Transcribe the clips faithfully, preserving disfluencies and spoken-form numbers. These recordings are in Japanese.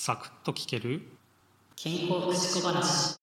サクッと聞ける健康福祉小話。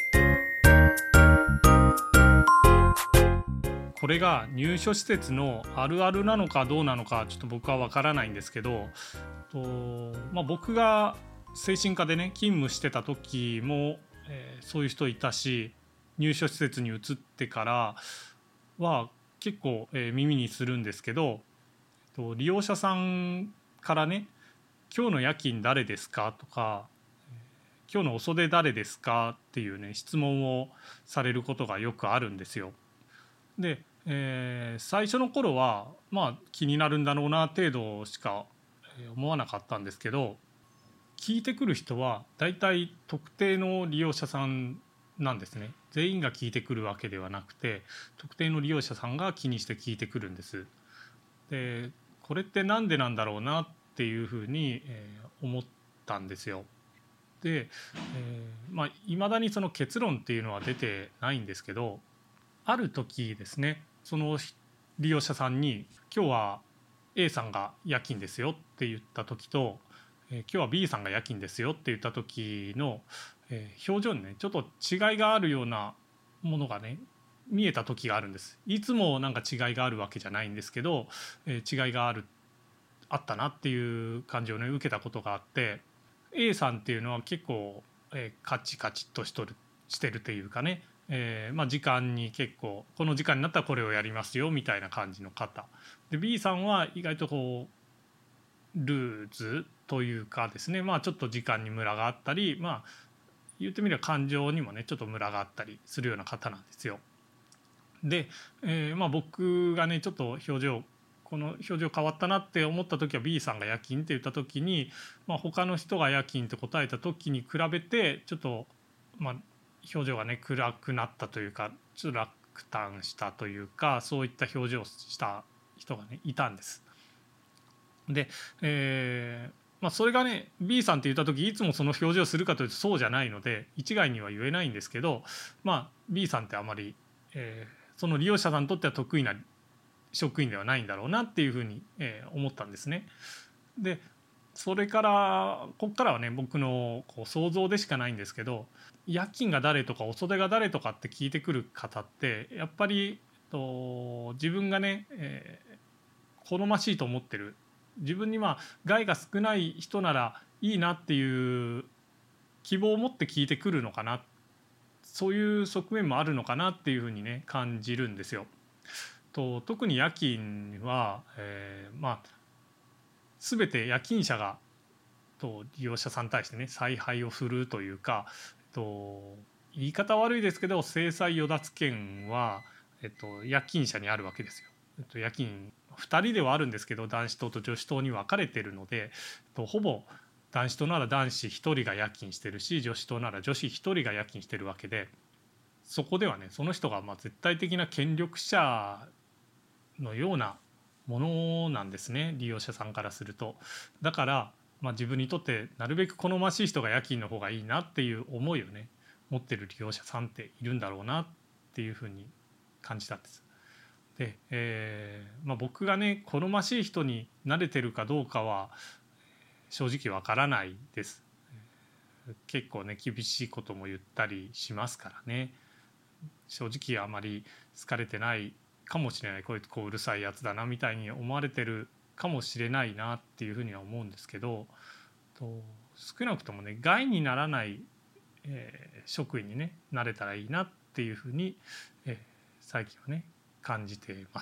これが入所施設のあるあるなのかどうなのかちょっと僕は分からないんですけど、と、まあ、僕が精神科でね勤務してた時も、えー、そういう人いたし、入所施設に移ってからは結構、えー、耳にするんですけど、と利用者さんからね、今日の夜勤誰ですかとか、今日のお袖誰ですかっていうね質問をされることがよくあるんですよ。で、えー、最初の頃はまあ気になるんだろうな程度しか思わなかったんですけど、聞いてくる人はだいたい特定の利用者さんなんですね。全員が聞いてくるわけではなくて、特定の利用者さんが気にして聞いてくるんです。で、これってなんでなんだろうなっていうふうに、えー、思ったんですよ。で、えー、まあ未だにその結論っていうのは出てないんですけど、ある時ですね、その利用者さんに今日は A さんが夜勤ですよって言った時と、えー、今日は B さんが夜勤ですよって言った時の、えー、表情にねちょっと違いがあるようなものがね見えた時があるんです。いつもなんか違いがあるわけじゃないんですけど、えー、違いがあるあったなっていう感じをね受けたことがあって、 A さんっていうのは結構、えー、カチカチっとしとるしてるというかね、えーまあ、時間に結構この時間になったらこれをやりますよみたいな感じの方で、 B さんは意外とこうルーズというかですね、まあちょっと時間にムラがあったり、まあ言ってみれば感情にもねちょっとムラがあったりするような方なんですよ。で、えー、まあ僕がねちょっと表情この表情変わったなって思った時は B さんが夜勤って言った時に、まあ、他の人が夜勤って答えた時に比べてちょっとまあ表情がね暗くなったというか、ちょっと落胆したというか、そういった表情をした人がねいたんです。で、えーまあ、それがね B さんって言った時いつもその表情をするかというとそうじゃないので一概には言えないんですけど、まあ B さんってあまり、えー、その利用者さんにとっては得意な職員ではないんだろうなっていうふうに、えー、思ったんですね。でそれからここからはね僕のこう想像でしかないんですけど、夜勤が誰とかお袖が誰とかって聞いてくる方ってやっぱりと自分がね、えー、好ましいと思ってる、自分にまあ害が少ない人ならいいなっていう希望を持って聞いてくるのかな、そういう側面もあるのかなっていうふうにね感じるんですよ。と特に夜勤は、えー、まあ全て夜勤者がと利用者さんに対してね采配を振るというか、と言い方悪いですけど制裁与奪権は、えっと、夜勤者にあるわけですよ。えっと、夜勤ふたりではあるんですけど男子棟と女子棟に分かれているので、えっと、ほぼ男子棟なら男子ひとりが夜勤してるし、女子棟なら女子ひとりが夜勤してるわけで、そこではねその人がまあ絶対的な権力者のようなものなんですね、利用者さんからすると。だから、まあ、自分にとってなるべく好ましい人が夜勤の方がいいなっていう思いをね持ってる利用者さんっているんだろうなっていうふうに感じたんです。で、えーまあ、僕がね好ましい人に慣れてるかどうかは正直わからないです。結構ね厳しいことも言ったりしますからね。正直あまり好かれてないかもしれない、こういうこううるさいやつだなみたいに思われてるかもしれないなっていうふうには思うんですけど、と少なくともね害にならない、えー、職員にねなれたらいいなっていうふうに、えー、最近はね感じています。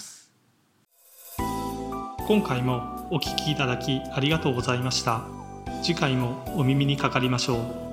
今回もお聞きいただきありがとうございました。次回もお耳にかかりましょう。